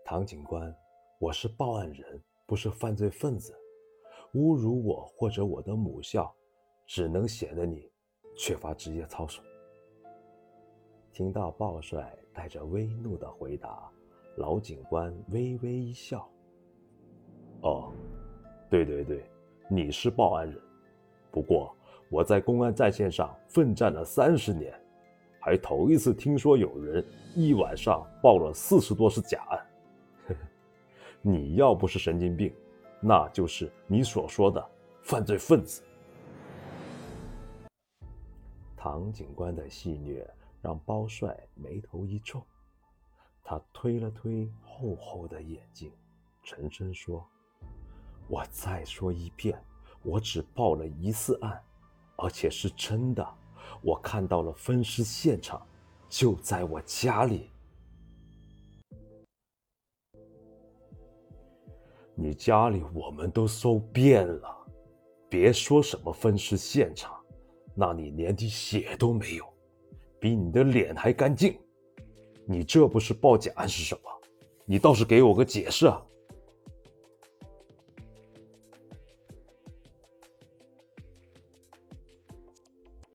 唐警官，我是报案人，不是犯罪分子。侮辱我或者我的母校，只能显得你缺乏职业操守。听到鲍帅带着微怒的回答，老警官微微一笑。哦，对，你是报案人。不过我在公安战线上奋战了30年，还头一次听说有人一晚上报了40多次假案。你要不是神经病，那就是你所说的犯罪分子。唐警官的戏谑让包帅眉头一皱，他推了推厚厚的眼镜，沉声说：我再说一遍，我只报了1次案，而且是真的，我看到了分尸现场，就在我家里。你家里我们都搜遍了，别说什么分尸现场，那里连滴血都没有，比你的脸还干净。你这不是报假案是什么？你倒是给我个解释啊！